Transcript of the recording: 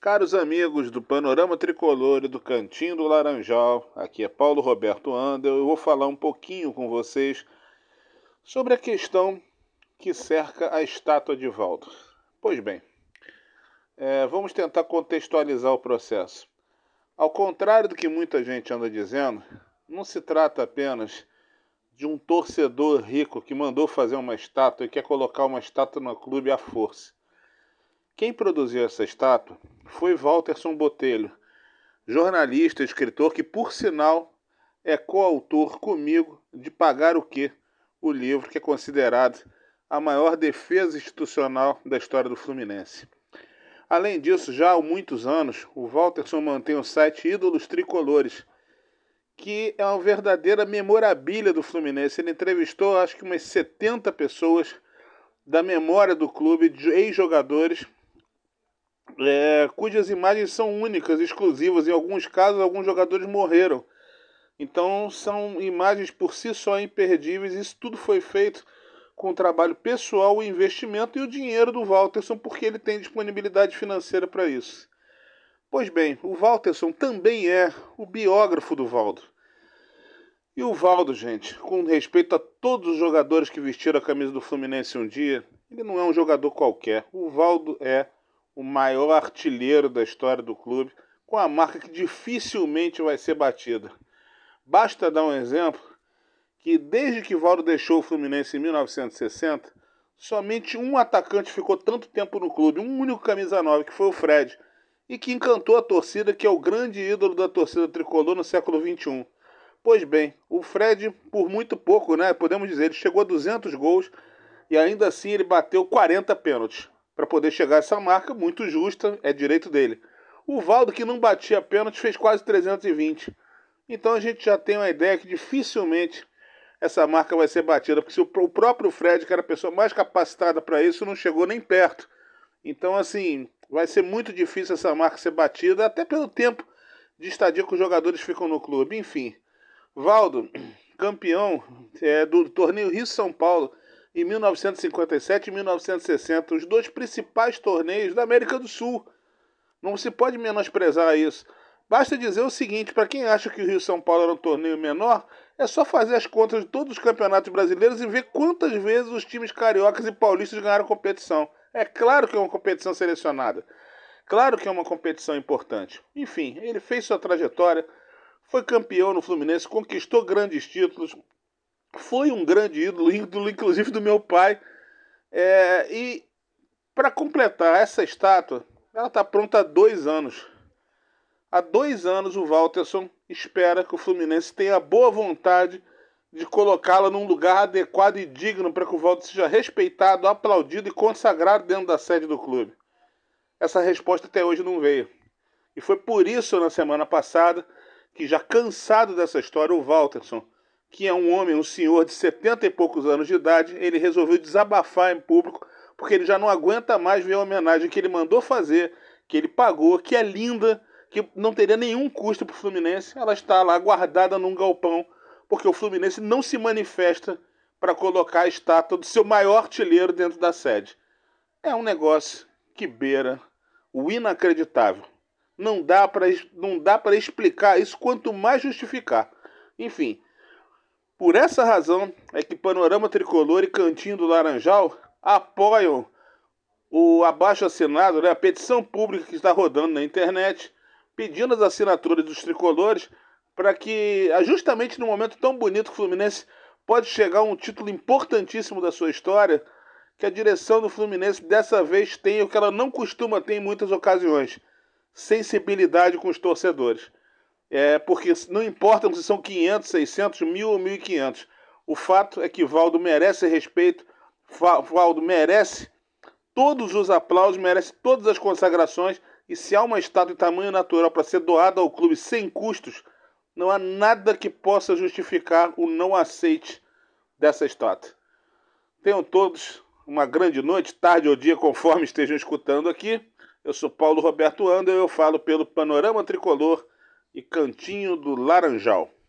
Caros amigos do Panorama Tricolor e do Cantinho do Laranjal, aqui é Paulo Roberto Andel. Eu vou falar um pouquinho com vocês sobre a questão que cerca a estátua de Valdo. Pois bem, vamos tentar contextualizar o processo. Ao contrário do que muita gente anda dizendo, não se trata apenas de um torcedor rico que mandou fazer uma estátua e quer colocar uma estátua no clube à força. Quem produziu essa estátua foi Walterson Botelho, jornalista e escritor que, por sinal, é coautor comigo de Pagar o Quê? O livro que é considerado a maior defesa institucional da história do Fluminense. Além disso, já há muitos anos, o Walterson mantém o site Ídolos Tricolores, que é uma verdadeira memorabilia do Fluminense. Ele entrevistou, acho que umas 70 pessoas da memória do clube, de ex-jogadores, cujas imagens são únicas, exclusivas. Em alguns casos, alguns jogadores morreram. Então, são imagens por si só imperdíveis. Isso tudo foi feito com o trabalho pessoal, o investimento e o dinheiro do Walterson, porque ele tem disponibilidade financeira para isso. Pois bem, o Walterson também é o biógrafo do Valdo. E o Valdo, gente, com respeito a todos os jogadores que vestiram a camisa do Fluminense um dia, ele não é um jogador qualquer. O Valdo é o maior artilheiro da história do clube, com a marca que dificilmente vai ser batida. Basta dar um exemplo que desde que Valdo deixou o Fluminense em 1960, somente um atacante ficou tanto tempo no clube, um único camisa 9, que foi o Fred, e que encantou a torcida, que é o grande ídolo da torcida tricolor no século XXI. Pois bem, o Fred, por muito pouco, né, podemos dizer, ele chegou a 200 gols e ainda assim ele bateu 40 pênaltis para poder chegar a essa marca, muito justa, é direito dele. O Valdo, que não batia pênalti, fez quase 320. Então a gente já tem uma ideia que dificilmente essa marca vai ser batida, porque se o próprio Fred, que era a pessoa mais capacitada para isso, não chegou nem perto. Então, assim, vai ser muito difícil essa marca ser batida, até pelo tempo de estadia que os jogadores ficam no clube. Enfim, Valdo, campeão do torneio Rio-São Paulo em 1957 e 1960, os dois principais torneios da América do Sul. Não se pode menosprezar isso. Basta dizer o seguinte, para quem acha que o Rio-São Paulo era um torneio menor, é só fazer as contas de todos os campeonatos brasileiros e ver quantas vezes os times cariocas e paulistas ganharam competição. É claro que é uma competição selecionada. Claro que é uma competição importante. Enfim, ele fez sua trajetória, foi campeão no Fluminense, conquistou grandes títulos, foi um grande ídolo, ídolo inclusive do meu pai. E para completar essa estátua, ela está pronta há 2 anos. Há 2 anos o Walterson espera que o Fluminense tenha a boa vontade de colocá-la num lugar adequado e digno para que o Valdo seja respeitado, aplaudido e consagrado dentro da sede do clube. Essa resposta até hoje não veio. E foi por isso, na semana passada, que já cansado dessa história, o Walterson, que é um homem, um senhor de 70 e poucos anos de idade, ele resolveu desabafar em público, porque ele já não aguenta mais ver a homenagem que ele mandou fazer, que ele pagou, que é linda, que não teria nenhum custo para o Fluminense. Ela está lá guardada num galpão, porque o Fluminense não se manifesta para colocar a estátua do seu maior artilheiro dentro da sede. É um negócio que beira o inacreditável. Não dá para explicar isso, quanto mais justificar. Enfim, por essa razão é que Panorama Tricolor e Cantinho do Laranjal apoiam o abaixo-assinado, né, a petição pública que está rodando na internet, pedindo as assinaturas dos tricolores para que, justamente no momento tão bonito que o Fluminense pode chegar a um título importantíssimo da sua história, que a direção do Fluminense dessa vez tem o que ela não costuma ter em muitas ocasiões: sensibilidade com os torcedores. Porque não importa se são 500, 600, 1.000 ou 1.500. O fato é que Valdo merece respeito, Valdo merece todos os aplausos, merece todas as consagrações, e se há uma estátua em tamanho natural para ser doada ao clube sem custos, não há nada que possa justificar o não aceite dessa estátua. Tenham todos uma grande noite, tarde ou dia, conforme estejam escutando aqui. Eu sou Paulo Roberto Andel, eu falo pelo Panorama Tricolor e Cantinho do Laranjal.